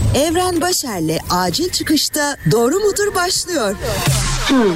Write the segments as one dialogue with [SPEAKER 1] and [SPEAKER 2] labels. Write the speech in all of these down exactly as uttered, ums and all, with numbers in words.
[SPEAKER 1] Evren Başer'le Acil Çıkış'ta Doğru Mudur başlıyor. Hmm.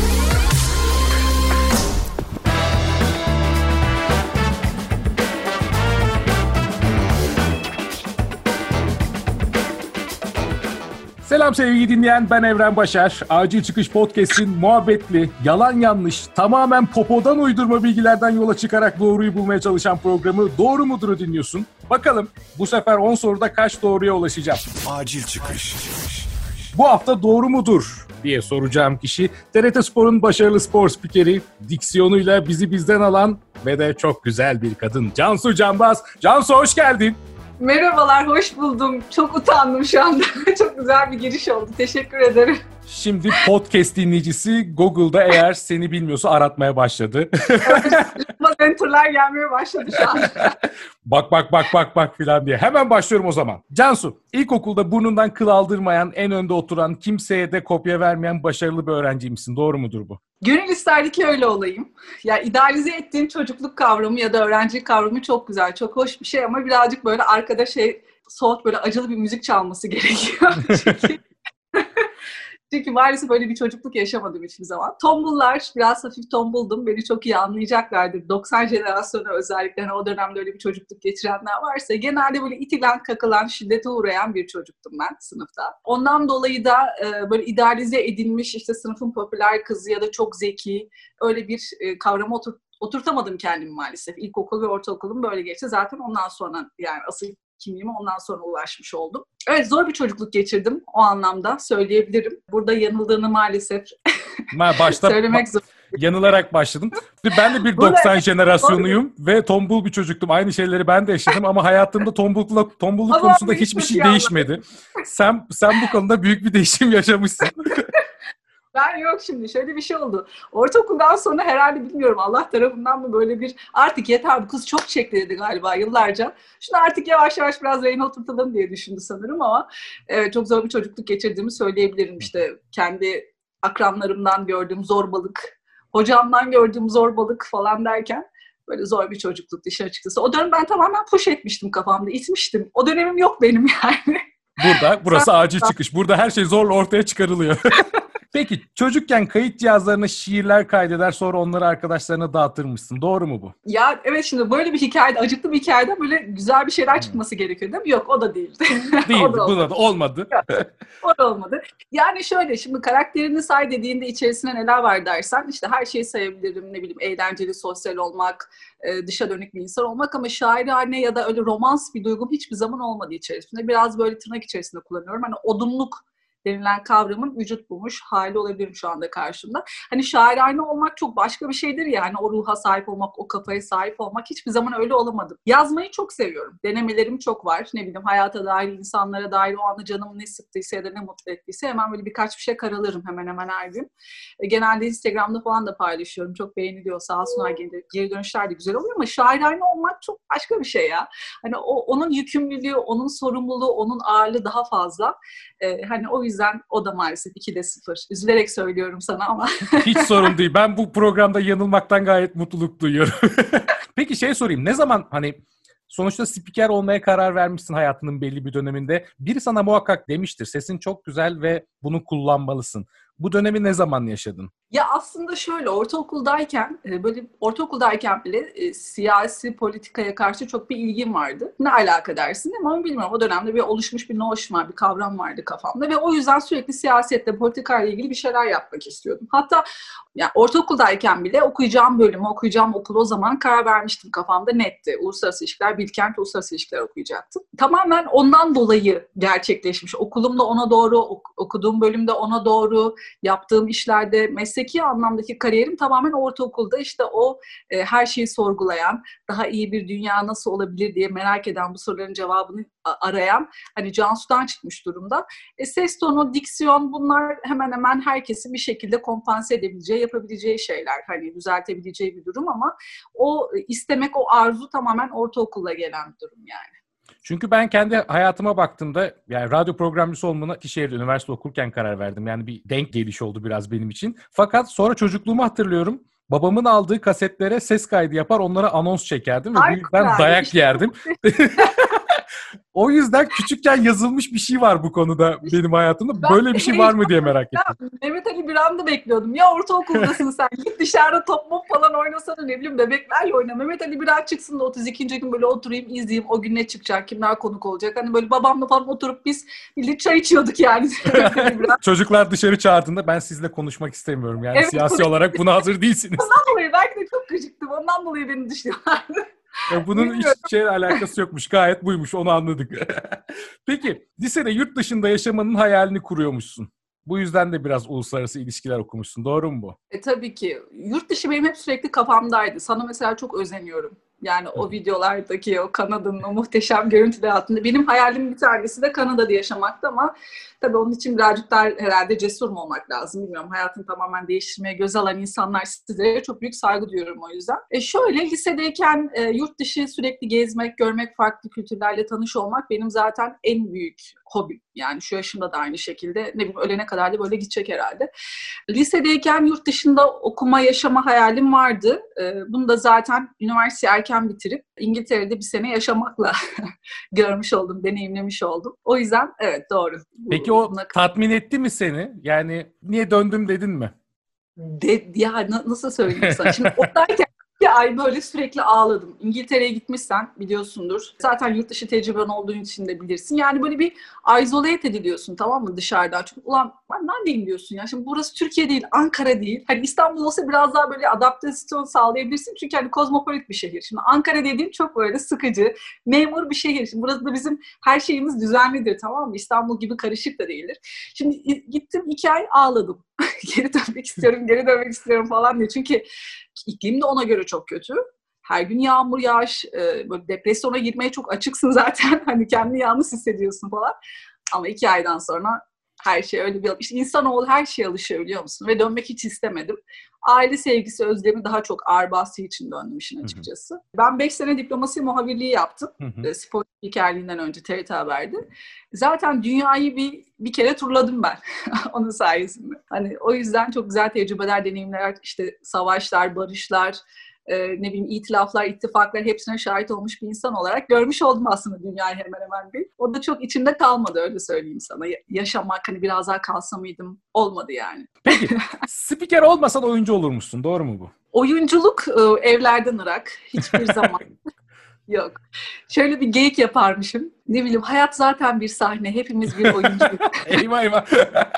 [SPEAKER 2] Selam sevgili dinleyen, ben Evren Başer. Acil Çıkış Podcast'in muhabbetli, yalan yanlış, tamamen popodan uydurma bilgilerden yola çıkarak doğruyu bulmaya çalışan programı Doğru Mudur'u dinliyorsun. Bakalım bu sefer on soruda kaç doğruya ulaşacağım?
[SPEAKER 3] Acil Çıkış.
[SPEAKER 2] Bu hafta doğru mudur diye soracağım kişi T R T Spor'un başarılı spor spikeri, diksiyonuyla bizi bizden alan ve de çok güzel bir kadın Cansu Canbaz. Cansu hoş geldin.
[SPEAKER 4] Merhabalar, hoş buldum. Çok utandım şu anda. Çok güzel bir giriş oldu. Teşekkür ederim.
[SPEAKER 2] Şimdi podcast dinleyicisi Google'da eğer seni bilmiyorsa aratmaya başladı.
[SPEAKER 4] Enter'lar gelmeye başladı şu an.
[SPEAKER 2] Bak bak bak bak bak filan diye. Hemen başlıyorum o zaman. Cansu, ilkokulda burnundan kıl aldırmayan, en önde oturan, kimseye de kopya vermeyen başarılı bir öğrenciymişsin. Doğru mudur bu?
[SPEAKER 4] Gönül isterdi ki öyle olayım. Ya idealize ettiğim çocukluk kavramı ya da öğrencilik kavramı çok güzel, çok hoş bir şey ama birazcık böyle arkada şey, soğuk böyle acılı bir müzik çalması gerekiyor. Çünkü Çünkü maalesef öyle bir çocukluk yaşamadım hiçbir zaman. Tombullar, biraz hafif tombuldum. Beni çok iyi anlayacaklardır. doksan jenerasyonu özellikle hani o dönemde öyle bir çocukluk geçirenler varsa genelde böyle itilen, kakılan, şiddete uğrayan bir çocuktum ben sınıfta. Ondan dolayı da e, böyle idealize edilmiş işte sınıfın popüler kızı ya da çok zeki öyle bir e, kavrama otur- oturtamadım kendimi maalesef. İlkokul ve ortaokulum böyle geçti. Zaten ondan sonra yani asıl kimliğime ondan sonra ulaşmış oldum. Evet, zor bir çocukluk geçirdim o anlamda söyleyebilirim. Burada yanıldığını maalesef
[SPEAKER 2] Başta
[SPEAKER 4] söylemek zor.
[SPEAKER 2] Yanılarak başladım. Ben de bir doksan jenerasyonuyum ve tombul bir çocuktum. Aynı şeyleri ben de yaşadım ama hayatımda tombuluk, tombuluk konusunda hiçbir şey değişmedi. Sen sen bu konuda büyük bir değişim yaşamışsın.
[SPEAKER 4] Ben yok şimdi. Şöyle bir şey oldu. Ortaokuldan sonra herhalde bilmiyorum Allah tarafından mı böyle bir artık yeter bu kız çok çektirdi galiba yıllarca. Şunu artık yavaş yavaş biraz rayına oturtalım diye düşündü sanırım ama evet, çok zor bir çocukluk geçirdiğimi söyleyebilirim. İşte kendi akranlarımdan gördüğüm zorbalık, hocamdan gördüğüm zorbalık falan derken böyle zor bir çocukluk işin açıkçası. O dönem ben tamamen push etmiştim kafamda, itmiştim. O dönemim yok benim yani.
[SPEAKER 2] Burada, burası acil çıkış. Burada her şey zorla ortaya çıkarılıyor. Peki çocukken kayıt cihazlarına şiirler kaydeder sonra onları arkadaşlarına dağıtırmışsın. Doğru mu bu?
[SPEAKER 4] Ya evet, şimdi böyle bir hikayede, acıklı bir hikayede böyle güzel bir şeyler çıkması gerekiyor değil mi? Yok, o da değildi.
[SPEAKER 2] Değildi, bu da olmadı.
[SPEAKER 4] O da olmadı. Yani şöyle, şimdi karakterini say dediğinde içerisine neler var dersen işte her şeyi sayabilirim, ne bileyim eğlenceli, sosyal olmak, dışa dönük bir insan olmak ama şairane ya da öyle romans bir duygum hiçbir zaman olmadı içerisinde. Biraz böyle tırnak içerisinde kullanıyorum. Hani odunluk denilen kavramın vücut bulmuş hali olabilirim şu anda karşımda. Hani şairane olmak çok başka bir şeydir ya. Hani o ruha sahip olmak, o kafaya sahip olmak hiçbir zaman öyle olamadım. Yazmayı çok seviyorum. Denemelerim çok var. Ne bileyim hayata dair, insanlara dair o anda canımı ne sıktıysa ya da ne mutlu ettiyse hemen böyle birkaç bir şey karalarım hemen hemen her gün. E, genelde Instagram'da falan da paylaşıyorum. Çok beğeniliyor. Sağ olsunlar, geri, geri dönüşler de güzel oluyor ama şairane olmak çok başka bir şey ya. Hani o, onun yükümlülüğü, onun sorumluluğu, onun ağırlığı daha fazla. E, hani o yüzden yüzden o da maalesef ikide sıfır. Üzülerek söylüyorum sana ama.
[SPEAKER 2] Hiç sorun değil. Ben bu programda yanılmaktan gayet mutluluk duyuyorum. Peki şey sorayım. Ne zaman hani sonuçta spiker olmaya karar vermişsin hayatının belli bir döneminde. Biri sana muhakkak demiştir. Sesin çok güzel ve bunu kullanmalısın. Bu dönemi ne zaman yaşadın?
[SPEAKER 4] Ya aslında şöyle, ortaokuldayken böyle ortaokuldayken bile e, siyasi politikaya karşı çok bir ilgim vardı. Ne alaka dersin ama bilmiyorum, o dönemde bir oluşmuş bir notion var, bir kavram vardı kafamda ve o yüzden sürekli siyasetle, politikayla ilgili bir şeyler yapmak istiyordum. Hatta yani ortaokuldayken bile okuyacağım bölümü, okuyacağım okulu o zaman karar vermiştim, kafamda netti. Uluslararası ilişkiler, Bilkent Uluslararası ilişkiler okuyacaktım. Tamamen ondan dolayı gerçekleşmiş. Okulumda ona doğru, ok- okuduğum bölümde ona doğru, yaptığım işlerde, mesleki anlamdaki kariyerim tamamen ortaokulda işte o e, her şeyi sorgulayan, daha iyi bir dünya nasıl olabilir diye merak eden, bu soruların cevabını arayan hani Cansu'dan çıkmış durumda. E, ses tonu, diksiyon, bunlar hemen hemen herkesin bir şekilde kompanse edebileceği, yapabileceği şeyler. Hani düzeltebileceği bir durum ama o istemek, o arzu tamamen ortaokulla gelen bir durum yani.
[SPEAKER 2] Çünkü ben kendi hayatıma baktığımda yani radyo programcısı olmana Eskişehir'de üniversite okurken karar verdim. Yani bir denk geliş oldu biraz benim için. Fakat sonra çocukluğumu hatırlıyorum. Babamın aldığı kasetlere ses kaydı yapar, onlara anons çekerdim ve bu yüzden dayak yerdim. O yüzden küçükken yazılmış bir şey var bu konuda benim hayatımda.
[SPEAKER 4] Ben
[SPEAKER 2] Böyle bir şey var mı diye merak ettim.
[SPEAKER 4] Ya, Mehmet Ali Biran'da bekliyordum. Ya ortaokuldasın sen. Git dışarıda top mop falan oynasana, ne bileyim bebeklerle oyna. Mehmet Ali Biran çıksın da otuz ikinci gün böyle oturayım izleyeyim. O gün ne çıkacak, kimler konuk olacak. Hani böyle babamla falan oturup biz milli çay içiyorduk yani.
[SPEAKER 2] Çocuklar dışarı çağırdığında ben sizle konuşmak istemiyorum. Yani
[SPEAKER 4] Evet,
[SPEAKER 2] siyasi
[SPEAKER 4] konuş-
[SPEAKER 2] olarak buna hazır değilsiniz.
[SPEAKER 4] Ondan dolayı belki de çok gıcıktım. Ondan dolayı beni dışlıyorlardı.
[SPEAKER 2] Ya bunun hiç şeyle alakası yokmuş. Gayet buymuş. Onu anladık. Peki lisede yurt dışında yaşamanın hayalini kuruyormuşsun. Bu yüzden de biraz uluslararası ilişkiler okumuşsun. Doğru mu bu?
[SPEAKER 4] E tabii ki. Yurt dışı benim hep sürekli kafamdaydı. Sana mesela çok özeniyorum. Yani o videolardaki o Kanada'nın o muhteşem görüntüler altında. Benim hayalim bir tanesi de Kanada'da yaşamaktı ama tabii onun için birazcık daha herhalde cesur mu olmak lazım bilmiyorum. Hayatını tamamen değiştirmeye göz alan insanlar, sizlere çok büyük saygı duyuyorum o yüzden. E şöyle lisedeyken e, yurt dışı sürekli gezmek, görmek, farklı kültürlerle tanış olmak benim zaten en büyük hobim. Yani şu yaşımda da aynı şekilde, ne bileyim ölene kadar da böyle gidecek herhalde. Lisedeyken yurt dışında okuma, yaşama hayalim vardı. E, bunu da zaten üniversite erken bitirip İngiltere'de bir sene yaşamakla görmüş oldum, deneyimlemiş oldum. O yüzden evet doğru.
[SPEAKER 2] Peki o tatmin etti mi seni? Yani niye döndüm dedin mi?
[SPEAKER 4] De, ya nasıl söyleyeyim sana? Şimdi oradayken bir ay böyle sürekli ağladım. İngiltere'ye gitmişsen biliyorsundur. Zaten yurt dışı tecrüben olduğu için de bilirsin. Yani böyle bir isolate ediliyorsun, tamam mı, dışarıdan. Çünkü ulan ben neredeyim diyorsun ya. Şimdi burası Türkiye değil, Ankara değil. Hani İstanbul olsa biraz daha böyle adaptasyon sağlayabilirsin. Çünkü hani kozmopolit bir şehir. Şimdi Ankara dediğim çok böyle sıkıcı, memur bir şehir. Şimdi burası da bizim her şeyimiz düzenlidir, tamam mı? İstanbul gibi karışık da değildir. Şimdi gittim iki ay ağladım. Geri dönmek istiyorum, geri dönmek istiyorum falan diye. Çünkü iklim de ona göre çok kötü. Her gün yağmur, yağış, böyle depresyona girmeye çok açıksın zaten. Hani kendini yalnız hissediyorsun falan. Ama iki aydan sonra her şey öyle bir... İşte insanoğlu her şeye alışıyor, biliyor musun? Ve dönmek hiç istemedim. Aile sevgisi, özlemi daha çok ağır bastığı için döndüm işin açıkçası. Hı hı. Ben beş sene diplomasi muhabirliği yaptım. Hı hı. Spor spikerliğinden önce T R T Haber'de. Zaten dünyayı bir bir kere turladım ben onun sayesinde. Hani o yüzden çok güzel tecrübeler, deneyimler, işte savaşlar, barışlar, e, ne bileyim itilaflar, ittifaklar hepsine şahit olmuş bir insan olarak görmüş oldum aslında dünyayı hemen hemen bir. O da çok içimde kalmadı, öyle söyleyeyim sana. Yaşamak, hani biraz daha kalsa mıydım, olmadı yani.
[SPEAKER 2] Peki spiker olmasan oyuncu olurmuşsun, doğru mu bu?
[SPEAKER 4] Oyunculuk e, evlerden ırak. Hiçbir zaman. Yok. Şöyle bir geyik yaparmışım. Ne bileyim, hayat zaten bir sahne. Hepimiz bir oyuncu.
[SPEAKER 2] Eyvah eyvah.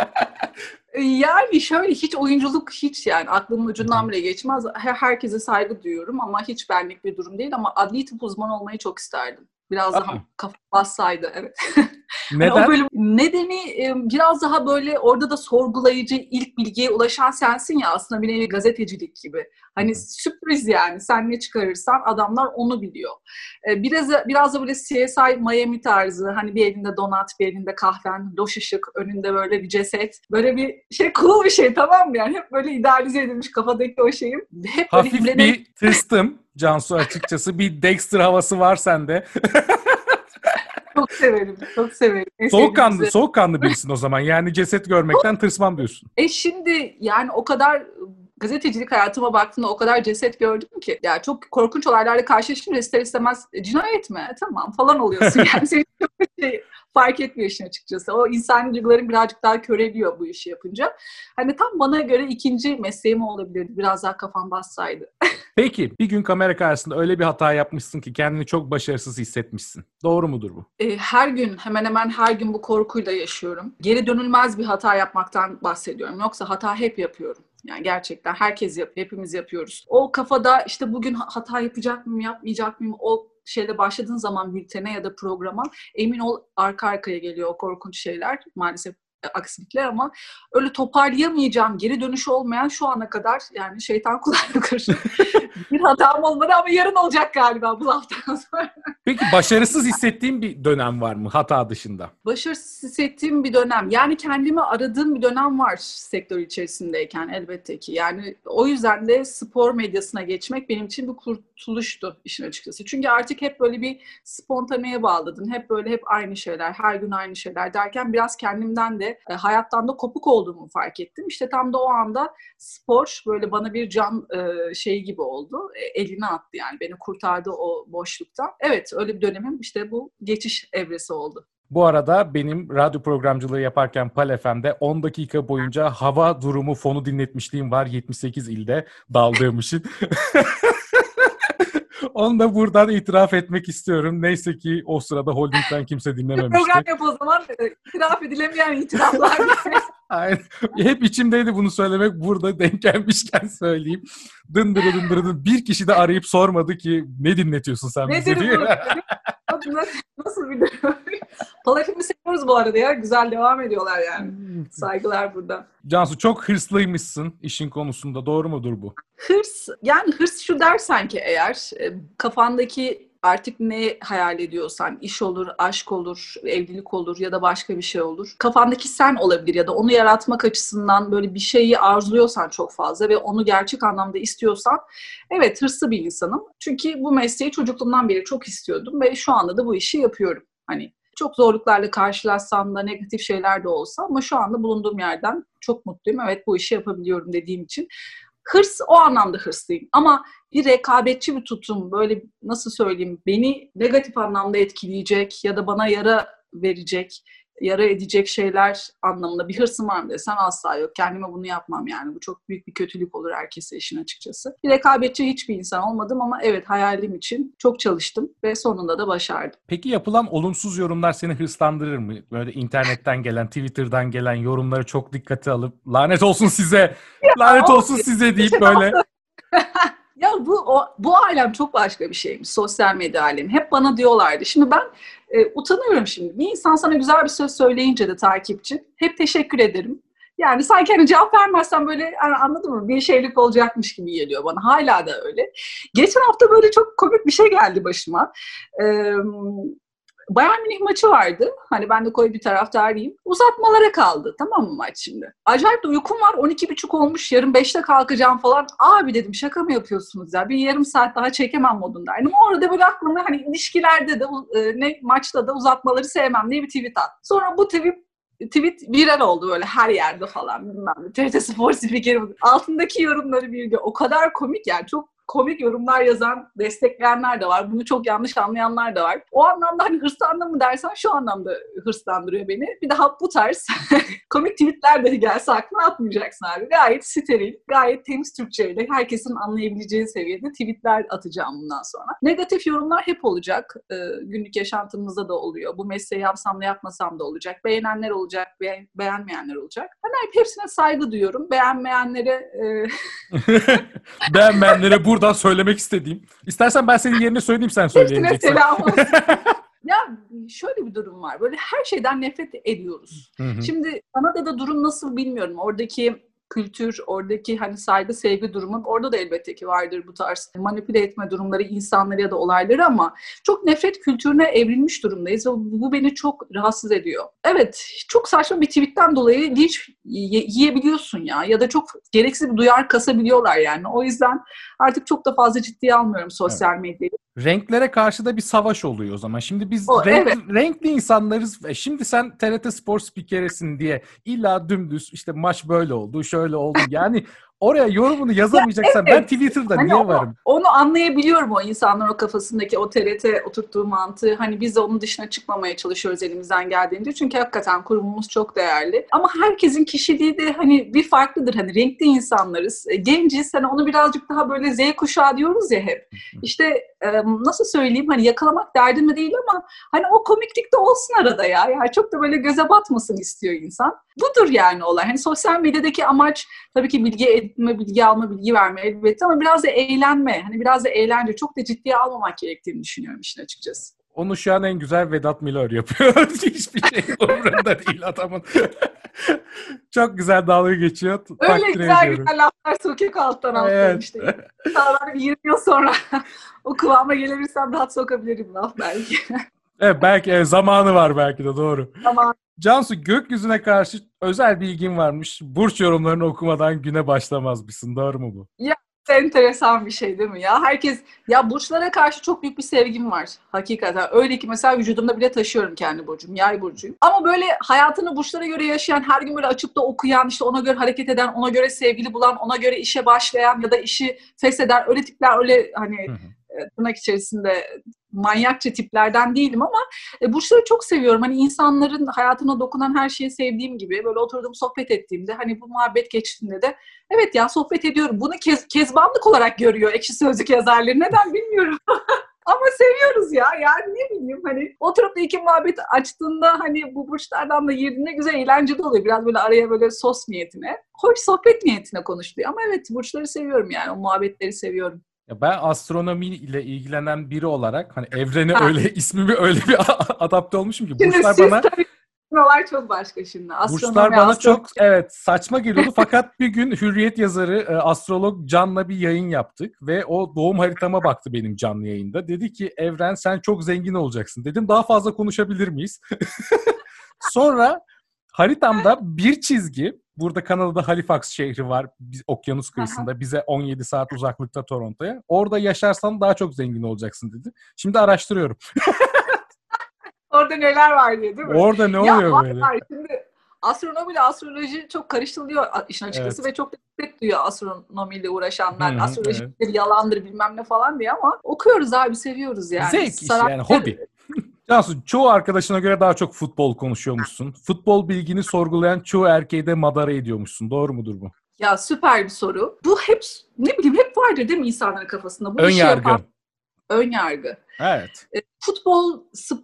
[SPEAKER 4] Yani şöyle, hiç oyunculuk hiç yani aklımın ucundan bile geçmez. Herkese saygı duyuyorum ama hiç benlik bir durum değil. Ama adli tıp uzmanı olmayı çok isterdim. Biraz daha kafa bassaydı, evet.
[SPEAKER 2] Neden?
[SPEAKER 4] Yani o bölüm nedeni biraz daha böyle orada da sorgulayıcı, ilk bilgiye ulaşan sensin ya, aslında bir nevi gazetecilik gibi. Hani sürpriz yani, sen ne çıkarırsan adamlar onu biliyor. Biraz biraz da böyle C S I Miami tarzı, hani bir elinde donat, bir elinde kahven, loş ışık, önünde böyle bir ceset. Böyle bir şey, cool bir şey, tamam mı yani? Hep böyle idealize edilmiş kafadaki o şeyim. Hep
[SPEAKER 2] hafif
[SPEAKER 4] imlenen...
[SPEAKER 2] bir tırstım Cansu, açıkçası. Bir Dexter havası var sende.
[SPEAKER 4] Çok severim, çok severim.
[SPEAKER 2] Soğukkanlı, soğukkanlı birisin o zaman. Yani ceset görmekten tırsmam diyorsun.
[SPEAKER 4] E şimdi yani o kadar gazetecilik hayatıma baktığımda o kadar ceset gördüm ki. Ya çok korkunç olaylarla karşılaşınca ister istemez cinayet mi? Tamam falan oluyorsun. Yani senin çok şey fark etmiyor işin açıkçası. O insani duyguların birazcık daha köreliyor bu işi yapınca. Hani tam bana göre ikinci mesleğim olabilirdi. Biraz daha kafam bassaydı.
[SPEAKER 2] Peki bir gün kamera karşısında öyle bir hata yapmışsın ki kendini çok başarısız hissetmişsin. Doğru mudur bu?
[SPEAKER 4] E, her gün, hemen hemen her gün bu korkuyla yaşıyorum. Geri dönülmez bir hata yapmaktan bahsediyorum. Yoksa hata hep yapıyorum. Yani gerçekten herkes yapıyor, hepimiz yapıyoruz. O kafada işte bugün hata yapacak mıyım, yapmayacak mıyım? O şeyle başladığın zaman bültene ya da programa, emin ol arka arkaya geliyor o korkunç şeyler. Maalesef aksilikler, ama öyle toparlayamayacağım, geri dönüşü olmayan şu ana kadar yani şeytan kulağına karşı bir hatam olmadı ama yarın olacak galiba bu haftadan sonra.
[SPEAKER 2] Peki başarısız hissettiğin bir dönem var mı hata dışında?
[SPEAKER 4] Başarısız hissettiğim bir dönem. Yani kendimi aradığım bir dönem var sektör içerisindeyken elbette ki. Yani o yüzden de spor medyasına geçmek benim için bir kurtuluştu işin açıkçası. Çünkü artık hep böyle bir spontaneye bağladın. Hep böyle hep aynı şeyler, her gün aynı şeyler derken biraz kendimden de ve e, hayattan da kopuk olduğumu fark ettim. İşte tam da o anda spor böyle bana bir can e, şeyi gibi oldu. E, eline attı yani, beni kurtardı o boşluktan. Evet, öyle bir dönemim işte bu geçiş evresi oldu.
[SPEAKER 2] Bu arada benim radyo programcılığı yaparken Pal F M'de on dakika boyunca hava durumu fonu dinletmişliğim var yetmiş sekiz ilde daldığım için. Onu da buradan itiraf etmek istiyorum. Neyse ki o sırada Holding'den kimse dinlememişti.
[SPEAKER 4] Program yap o zaman. İtiraf edilemeyen itiraflar.
[SPEAKER 2] Aynen. Hep içimdeydi bunu söylemek. Burada denk gelmişken söyleyeyim. Dındırı dındırı dındırı. Bir kişi de arayıp sormadı ki ne dinletiyorsun sen bize
[SPEAKER 4] Nedir
[SPEAKER 2] diye.
[SPEAKER 4] bu? Nasıl bir durum? Pal F M'i seviyoruz bu arada ya. Güzel devam ediyorlar yani. Saygılar buradan.
[SPEAKER 2] Cansu, çok hırslıymışsın işin konusunda. Doğru mudur bu?
[SPEAKER 4] Hırs, yani hırs şu dersen ki eğer, kafandaki artık ne hayal ediyorsan, iş olur, aşk olur, evlilik olur ya da başka bir şey olur. Kafandaki sen olabilir ya da onu yaratmak açısından böyle bir şeyi arzuluyorsan çok fazla ve onu gerçek anlamda istiyorsan, evet, hırslı bir insanım. Çünkü bu mesleği çocukluğumdan beri çok istiyordum ve şu anda da bu işi yapıyorum. Hani çok zorluklarla karşılaşsam da, negatif şeyler de olsa, ama şu anda bulunduğum yerden çok mutluyum. Evet, bu işi yapabiliyorum dediğim için. Hırs, o anlamda hırslıyım. Ama bir rekabetçi bir tutum, böyle nasıl söyleyeyim, beni negatif anlamda etkileyecek ya da bana yara verecek, yara edecek şeyler anlamında bir hırsım var mı desen asla yok. Kendime bunu yapmam yani. Bu çok büyük bir kötülük olur herkese, işin açıkçası. Bir rekabetçi hiçbir insan olmadım ama evet, hayalim için çok çalıştım ve sonunda da başardım.
[SPEAKER 2] Peki yapılan olumsuz yorumlar seni hırslandırır mı? Böyle internetten gelen, Twitter'dan gelen yorumları çok dikkate alıp lanet olsun size, lanet olsun size deyip böyle...
[SPEAKER 4] Ya bu o, bu alem çok başka bir şeymiş. Sosyal medya alemi. Hep bana diyorlardı. Şimdi ben e, utanıyorum şimdi. Bir insan sana güzel bir söz söyleyince de takipçi, hep teşekkür ederim. Yani sanki hani cevap vermezsem böyle, yani anladın mı? Bir şeylik olacakmış gibi geliyor bana. Hala da öyle. Geçen hafta böyle çok komik bir şey geldi başıma. Eee... Bayern Münih maçı vardı. Hani ben de koyu bir taraftarıyım. Uzatmalara kaldı. Tamam mı maç şimdi? Acayip de uykum var. on iki buçuk olmuş. Yarın beşte kalkacağım falan. Abi dedim, şaka mı yapıyorsunuz ya? Bir yarım saat daha çekemem modundaydım. Orada böyle aklıma hani ilişkilerde de ne maçta da uzatmaları sevmem diye bir tweet attım. Sonra bu tweet tweet viral oldu böyle her yerde falan. Bilmem. T R T Spor spikeri. Altındaki yorumları bir de o kadar komik yani. Çok komik yorumlar yazan, destekleyenler de var. Bunu çok yanlış anlayanlar da var. O anlamda hani hırslandı mı dersen şu anlamda hırslandırıyor beni. Bir daha bu tarz komik tweetler de gelse aklına atmayacaksın abi. Gayet steril, gayet temiz Türkçeyle herkesin anlayabileceği seviyede tweetler atacağım bundan sonra. Negatif yorumlar hep olacak. Ee, günlük yaşantımızda da oluyor. Bu mesleği yapsam da yapmasam da olacak. Beğenenler olacak, be- beğenmeyenler olacak. Ben hep hepsine saygı duyuyorum. Beğenmeyenlere... E...
[SPEAKER 2] Beğenmeyenlere bu buradan söylemek istediğim. İstersen ben senin yerine söyleyeyim, sen söyleyeceksin.
[SPEAKER 4] Selam olsun. Ya şöyle bir durum var. Böyle her şeyden nefret ediyoruz. Hı hı. Şimdi Kanada'da durum nasıl bilmiyorum. Oradaki kültür, oradaki hani saygı, sevgi durumu, orada da elbette ki vardır bu tarz manipüle etme durumları, insanları ya da olayları, ama çok nefret kültürüne evrilmiş durumdayız ve bu beni çok rahatsız ediyor. Evet, çok saçma bir tweetten dolayı linç yiyebiliyorsun ya ya da çok gereksiz bir duyar kasabiliyorlar yani. O yüzden artık çok da fazla ciddiye almıyorum sosyal evet. medyayı.
[SPEAKER 2] Renklere karşı da bir savaş oluyor o zaman. Şimdi biz
[SPEAKER 4] o,
[SPEAKER 2] renk,
[SPEAKER 4] evet.
[SPEAKER 2] renkli insanlarız. Şimdi sen T R T Spor spikerisin diye illa dümdüz işte maç böyle oldu, şöyle oldu. Yani oraya yorumunu yazamayacaksan ya, evet. Ben Twitter'da hani niye
[SPEAKER 4] onu,
[SPEAKER 2] varım?
[SPEAKER 4] Onu anlayabiliyorum, o insanların o kafasındaki o T R T oturttuğu mantığı. Hani biz de onun dışına çıkmamaya çalışıyoruz elimizden geldiğince. Çünkü hakikaten kurumumuz çok değerli. Ama herkesin kişiliği de hani bir farklıdır. Hani renkli insanlarız. Genciz. Hani onu birazcık daha böyle Z kuşağı diyoruz ya hep. İşte nasıl söyleyeyim, hani yakalamak derdim değil ama hani o komiklik de olsun arada ya. Yani çok da böyle göze batmasın istiyor insan. Budur yani olay. Hani sosyal medyadaki amaç tabii ki bilgi edinme, bilgi alma, bilgi verme elbette, ama biraz da eğlenme. Hani biraz da eğlence. Çok da ciddiye almamak gerektiğini düşünüyorum işin açıkçası.
[SPEAKER 2] Onu şu an en güzel Vedat Milor yapıyor. Hiçbir şey umurunda değil adamın. Çok güzel dalga geçiyor.
[SPEAKER 4] Öyle
[SPEAKER 2] Takdir
[SPEAKER 4] güzel
[SPEAKER 2] ediyorum.
[SPEAKER 4] güzel laflar sokak alttan alttan evet. işte. Daha yirmi yıl sonra o kıvama gelebilirsem rahat sokabilirim laf belki.
[SPEAKER 2] Evet, belki evet, zamanı var belki de, doğru.
[SPEAKER 4] Tamam.
[SPEAKER 2] Cansu, gökyüzüne karşı özel bilgin varmış. Burç yorumlarını okumadan güne başlamazmışsın. Doğru mu bu?
[SPEAKER 4] Ya Enteresan bir şey değil mi ya? Herkes, ya burçlara karşı çok büyük bir sevgim var hakikaten. Öyle ki mesela vücudumda bile taşıyorum kendi burcum. Yay burcuyum. Ama böyle hayatını burçlara göre yaşayan, her gün böyle açıp da okuyan, işte ona göre hareket eden, ona göre sevgili bulan, ona göre işe başlayan ya da işi fesheden öyle tipler, öyle hani tırnak içerisinde manyakça tiplerden değilim ama e, burçları çok seviyorum. Hani insanların hayatına dokunan her şeyi sevdiğim gibi böyle oturdum sohbet ettiğimde hani bu muhabbet geçtiğinde de evet ya sohbet ediyorum. Bunu kez, kezbanlık olarak görüyor Ekşi Sözlük yazarları. Neden bilmiyorum. Ama seviyoruz ya. Yani ne bileyim hani oturup da iki muhabbet açtığında hani bu burçlardan da girdiğinde güzel eğlenceli oluyor. Biraz böyle araya böyle sos niyetine. Hoş sohbet niyetine konuşuluyor. Ama evet burçları seviyorum yani. O muhabbetleri seviyorum.
[SPEAKER 2] Ya ben astronomi ile ilgilenen biri olarak hani evrene ha. öyle ismimi öyle bir adapte olmuşum ki
[SPEAKER 4] şimdi
[SPEAKER 2] burçlar
[SPEAKER 4] siz
[SPEAKER 2] bana
[SPEAKER 4] tabii buralar çok başka şimdi. Astronomi,
[SPEAKER 2] burçlar bana
[SPEAKER 4] astronomi.
[SPEAKER 2] çok evet saçma geliyordu fakat bir gün Hürriyet yazarı astrolog Can'la bir yayın yaptık ve o doğum haritama baktı benim canlı yayında. Dedi ki Evren sen çok zengin olacaksın. Dedim daha fazla konuşabilir miyiz? Sonra haritamda bir çizgi, burada Kanada'da Halifax şehri var, biz, okyanus kıyısında, bize on yedi saat uzaklıkta Toronto'ya. Orada yaşarsan daha çok zengin olacaksın dedi. Şimdi araştırıyorum.
[SPEAKER 4] Orada neler var diye değil mi?
[SPEAKER 2] Orada ne
[SPEAKER 4] ya,
[SPEAKER 2] oluyor böyle?
[SPEAKER 4] Var. Şimdi astronomi ile astroloji çok karıştırılıyor işin açıkçası evet. Ve çok dikkat duyuyor astronomiyle uğraşanlar. Hı-hı, astroloji evet. yalandır bilmem ne falan diye ama okuyoruz abi, seviyoruz yani.
[SPEAKER 2] Zevk iş yani, hobi. Cansu, çoğu arkadaşına göre daha çok futbol konuşuyormuşsun. Futbol bilgini sorgulayan çoğu erkeği de madara ediyormuşsun. Doğru mudur bu?
[SPEAKER 4] Ya süper bir soru. Bu hep ne bileyim hep vardır değil mi insanların kafasında? Bu
[SPEAKER 2] ön
[SPEAKER 4] işi
[SPEAKER 2] yargı.
[SPEAKER 4] Yapan, ön yargı.
[SPEAKER 2] Evet.
[SPEAKER 4] E, futbol,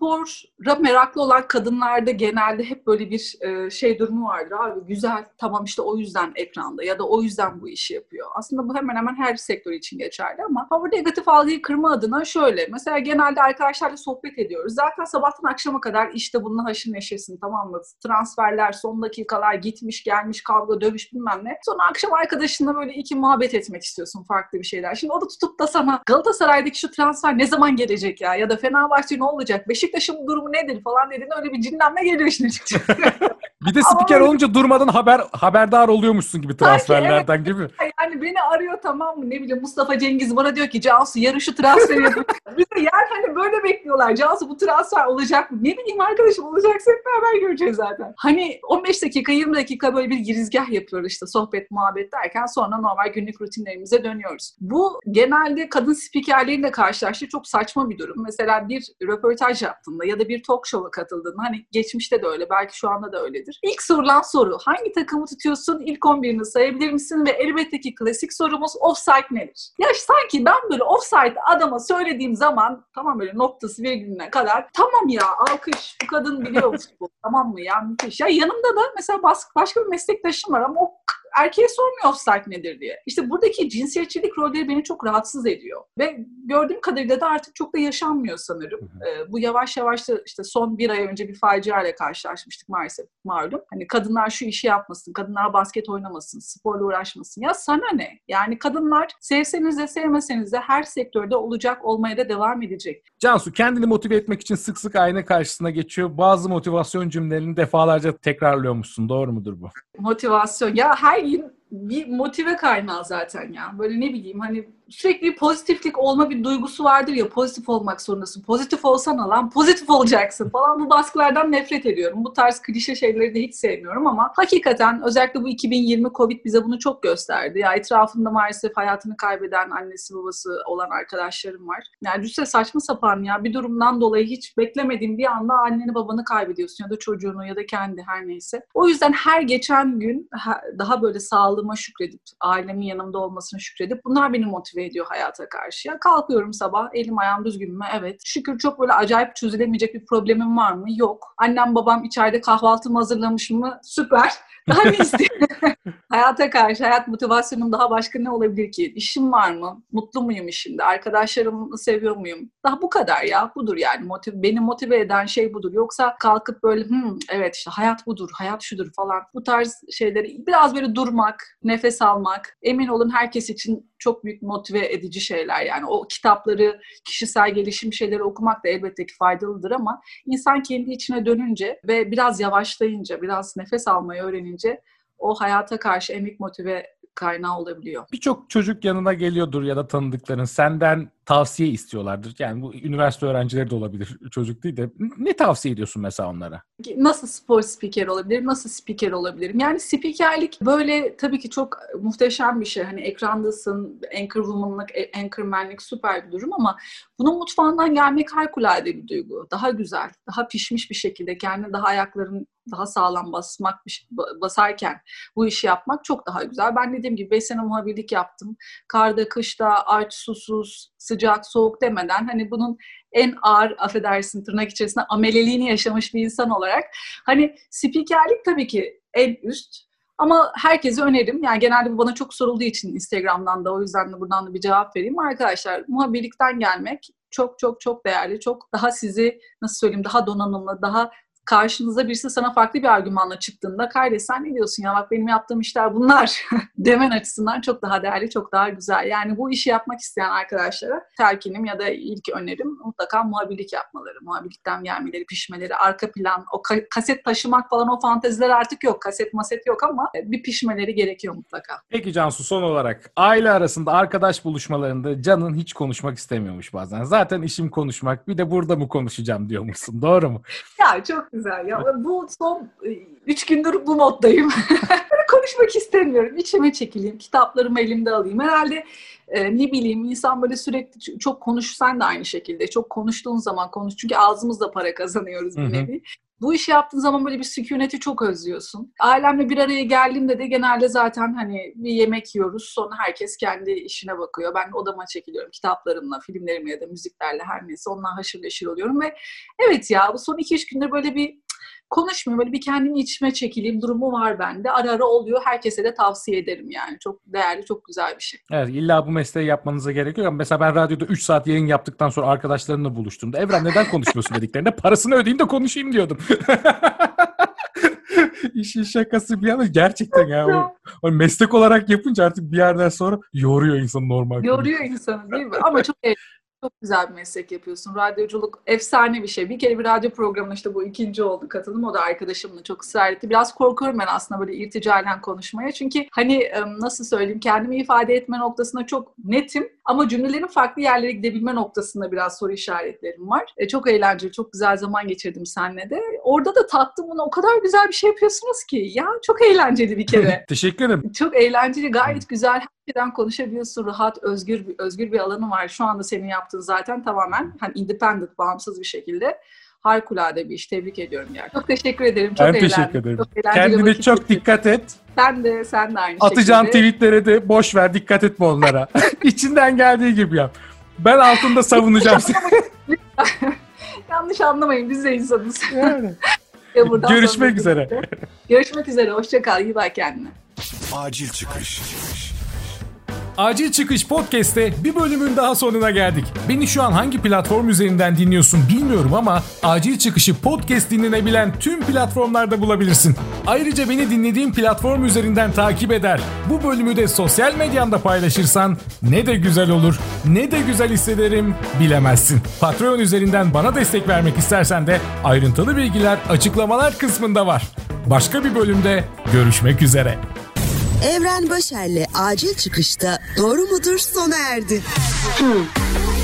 [SPEAKER 4] spora meraklı olan kadınlarda genelde hep böyle bir e, şey durumu vardır. Abi güzel, tamam işte o yüzden ekranda ya da o yüzden bu işi yapıyor. Aslında bu hemen hemen her sektör için geçerli ama bu negatif algıyı kırma adına şöyle. Mesela genelde arkadaşlarla sohbet ediyoruz. Zaten sabahtan akşama kadar işte bununla haşır neşirsin, tamam mı? Transferler, son dakikalar, gitmiş gelmiş, kavga, dövüş bilmem ne. Sonra akşam arkadaşınla böyle iki muhabbet etmek istiyorsun, farklı bir şeyler. Şimdi o da tutup da sana Galatasaray'daki şu transfer ne zaman gelecek ya? Ya da Fenerbahçe ne olacak? Beşiktaş'ın durumu nedir falan dediğinde öyle bir cinlenme geliyor işin açıkçası.
[SPEAKER 2] Bir de spiker olunca durmadan haber haberdar oluyormuşsun gibi transferlerden evet. gibi.
[SPEAKER 4] Yani beni arıyor, tamam mı? Ne bileyim Mustafa Cengiz bana diyor ki Cansu yarın şu transferi yapın. Bir de yani hani böyle bekliyorlar. Cansu bu transfer olacak mı? Ne bileyim arkadaşım, olacaksa hep beraber göreceğiz zaten. Hani on beş dakika yirmi dakika böyle bir girizgah yapıyoruz işte, sohbet muhabbet derken sonra normal günlük rutinlerimize dönüyoruz. Bu genelde kadın spikerleriyle karşılaştığı çok saçma bir durum. Mesela bir röportaj yaptığında ya da bir talk show'a katıldığında, hani geçmişte de öyle, belki şu anda da öyledir. İlk sorulan soru, hangi takımı tutuyorsun? İlk on birini sayabilir misin? Ve elbette ki klasik sorumuz, offside nedir? Ya sanki ben böyle offside adama söylediğim zaman, tamam böyle noktası virgülüne kadar, tamam ya alkış, bu kadın biliyor futbol, tamam mı ya, müthiş. Ya yanımda da mesela başka bir meslektaşım var ama o erkeğe sormuyor offside nedir diye. İşte buradaki cinsiyetçilik rolleri beni çok rahatsız ediyor. Ve gördüğüm kadarıyla da artık çok da yaşanmıyor sanırım. Ee, bu yavaş yavaş da işte son bir ay önce bir faciayla karşılaşmıştık maalesef, malum. Hani kadınlar şu işi yapmasın, kadınlar basket oynamasın, sporla uğraşmasın. Ya sana ne? Yani kadınlar sevseniz de sevmeseniz de her sektörde olacak, olmaya da devam edecek.
[SPEAKER 2] Cansu kendini motive etmek için sık sık ayna karşısına geçiyor. Bazı motivasyon cümlelerini defalarca tekrarlıyormuşsun. Doğru mudur bu?
[SPEAKER 4] Motivasyon. Ya her gün bir motive kaynağı zaten ya. Böyle ne bileyim hani sürekli bir pozitiflik olma bir duygusu vardır ya, pozitif olmak zorundasın. Pozitif olsana lan, pozitif olacaksın falan. Bu baskılardan nefret ediyorum. Bu tarz klişe şeyleri de hiç sevmiyorum ama hakikaten özellikle bu iki bin yirmi Covid bize bunu çok gösterdi. Ya etrafında maalesef hayatını kaybeden annesi babası olan arkadaşlarım var. Yani düşünsene saçma sapan ya, bir durumdan dolayı hiç beklemediğin bir anda anneni babanı kaybediyorsun ya da çocuğunu ya da kendi, her neyse. O yüzden her geçen gün daha böyle sağlığıma şükredip, ailemin yanımda olmasına şükredip, bunlar beni motive ediyor hayata karşı. Ya kalkıyorum sabah, elim ayağım düzgün mü? Evet. Şükür çok böyle acayip çözülemeyecek bir problemim var mı? Yok. Annem babam içeride kahvaltımı hazırlamış mı? Süper. Daha ne isteyeyim? Hayata karşı, hayat motivasyonum daha başka ne olabilir ki? İşim var mı? Mutlu muyum işimde? Arkadaşlarımı seviyor muyum? Daha bu kadar ya. Budur yani. Motiv, beni motive eden şey budur. Yoksa kalkıp böyle hmm, evet işte hayat budur, hayat şudur falan. Bu tarz şeyleri biraz böyle durmak, nefes almak. Emin olun herkes için çok büyük motive edici şeyler yani. O kitapları, kişisel gelişim şeyleri okumak da elbette ki faydalıdır ama insan kendi içine dönünce ve biraz yavaşlayınca, biraz nefes almayı öğrenince o hayata karşı en büyük motive kaynağı olabiliyor.
[SPEAKER 2] Birçok çocuk yanına geliyordur ya da tanıdıkların senden tavsiye istiyorlardır. Yani bu üniversite öğrencileri de olabilir, çocuk değil de. Ne tavsiye ediyorsun mesela onlara?
[SPEAKER 4] Nasıl spor spiker olabilirim, nasıl spiker olabilirim? Yani spikerlik böyle tabii ki çok muhteşem bir şey. Hani ekrandasın, anchorwoman'lık, anchorman'lik süper bir durum ama bunun mutfağından gelmek harikulade bir duygu. Daha güzel, daha pişmiş bir şekilde kendine daha ayakların daha sağlam basmak basarken bu işi yapmak çok daha güzel. Ben dediğim gibi beş sene muhabirlik yaptım. Karda, kışta, aç, susuz, sıcak, soğuk demeden hani bunun en ağır, affedersin tırnak içerisinde ameleliğini yaşamış bir insan olarak hani spikerlik tabii ki en üst. Ama herkese öneririm. Yani genelde bu bana çok sorulduğu için Instagram'dan da o yüzden de buradan da bir cevap vereyim. Arkadaşlar muhabirlikten gelmek çok çok çok değerli. Çok daha sizi nasıl söyleyeyim daha donanımlı, daha karşınıza birisi sana farklı bir argümanla çıktığında kardeş sen ne diyorsun ya bak benim yaptığım işler bunlar demen açısından çok daha değerli, çok daha güzel. Yani bu işi yapmak isteyen arkadaşlara telkinim ya da ilk önerim mutlaka muhabirlik yapmaları, muhabirlikten gelmeleri, pişmeleri, arka plan, o ka- kaset taşımak falan o fanteziler artık yok. Kaset maset yok ama bir pişmeleri gerekiyor mutlaka.
[SPEAKER 2] Peki Cansu son olarak aile arasında arkadaş buluşmalarında Can'ın hiç konuşmak istemiyormuş bazen. Zaten işim konuşmak bir de burada mı konuşacağım diyormuşsun doğru mu?
[SPEAKER 4] Ya çok güzel ya. Bu son üç gündür bu moddayım. Konuşmak istemiyorum. İçime çekileyim. Kitaplarımı elimde alayım. Herhalde e, ne bileyim insan böyle sürekli çok konuşsan da aynı şekilde. Çok konuştuğun zaman konuş. Çünkü ağzımızla para kazanıyoruz bir nevi. Bu işi yaptığın zaman böyle bir sükuneti çok özlüyorsun. Ailemle bir araya geldiğimde de genelde zaten hani bir yemek yiyoruz. Sonra herkes kendi işine bakıyor. Ben odama çekiliyorum kitaplarımla, filmlerimle ya da müziklerle her neyse. Ondan haşır neşir oluyorum ve evet ya bu son iki üç gündür böyle bir konuşmuyorum. Böyle bir kendimi içime çekileyim durumu var bende. Ara ara oluyor. Herkese de tavsiye ederim yani. Çok değerli, çok güzel bir şey.
[SPEAKER 2] Evet, illa bu mesleği yapmanıza gerek yok ama mesela ben radyoda üç saat yayın yaptıktan sonra arkadaşlarımla buluştuğumda Evren neden konuşmuyorsun dediklerinde parasını ödeyeyim de konuşayım diyordum. İşin şakası bir yana gerçekten ya. O, o meslek olarak yapınca artık bir yerden sonra yoruyor insanı normal.
[SPEAKER 4] Yoruyor insanı değil mi? Ama çok eğlenceli. Çok güzel bir meslek yapıyorsun. Radyoculuk efsane bir şey. Bir kere bir radyo programına işte bu ikinci oldu katılım. O da arkadaşımla çok ısrar etti. Biraz korkuyorum ben aslında böyle irticalen konuşmaya. Çünkü hani nasıl söyleyeyim kendimi ifade etme noktasında çok netim. Ama cümlelerin farklı yerlere gidebilme noktasında biraz soru işaretlerim var. E, çok eğlenceli, çok güzel zaman geçirdim seninle de. Orada da tattım bunu. O kadar güzel bir şey yapıyorsunuz ki. Ya çok eğlenceli bir kere.
[SPEAKER 2] Teşekkür ederim.
[SPEAKER 4] Çok eğlenceli, gayet güzel. Her şeyden konuşabiliyorsun. Rahat, özgür, özgür bir alanı var. Şu anda senin yaptığın zaten tamamen hani independent, bağımsız bir şekilde. Harikulade bir iş. Tebrik ediyorum yani. Çok teşekkür ederim. Çok
[SPEAKER 2] ben
[SPEAKER 4] eğlendim.
[SPEAKER 2] teşekkür ederim.
[SPEAKER 4] Çok
[SPEAKER 2] kendine çok geçirdim. Dikkat et.
[SPEAKER 4] Sen de, sen de aynı
[SPEAKER 2] Atacağın
[SPEAKER 4] şekilde.
[SPEAKER 2] tweetlere de boş ver. Dikkat etme onlara. İçinden geldiği gibi yap. Ben altında savunacağım seni.
[SPEAKER 4] Yanlış anlamayın. Biz de insanız.
[SPEAKER 2] Yani. Görüşmek üzere.
[SPEAKER 4] Görüşmek üzere. Hoşça kal. İyi bak kendine.
[SPEAKER 3] Acil çıkış.
[SPEAKER 2] Acil Çıkış Podcast'te bir bölümün daha sonuna geldik. Beni şu an hangi platform üzerinden dinliyorsun bilmiyorum ama Acil Çıkış'ı podcast dinlenebilen tüm platformlarda bulabilirsin. Ayrıca beni dinlediğin platform üzerinden takip eder. Bu bölümü de sosyal medyamda paylaşırsan ne de güzel olur, ne de güzel hissederim bilemezsin. Patreon üzerinden bana destek vermek istersen de ayrıntılı bilgiler açıklamalar kısmında var. Başka bir bölümde görüşmek üzere.
[SPEAKER 1] Evren Başer'le Acil Çıkış'ta Doğru Mudur sona erdi. Hmm.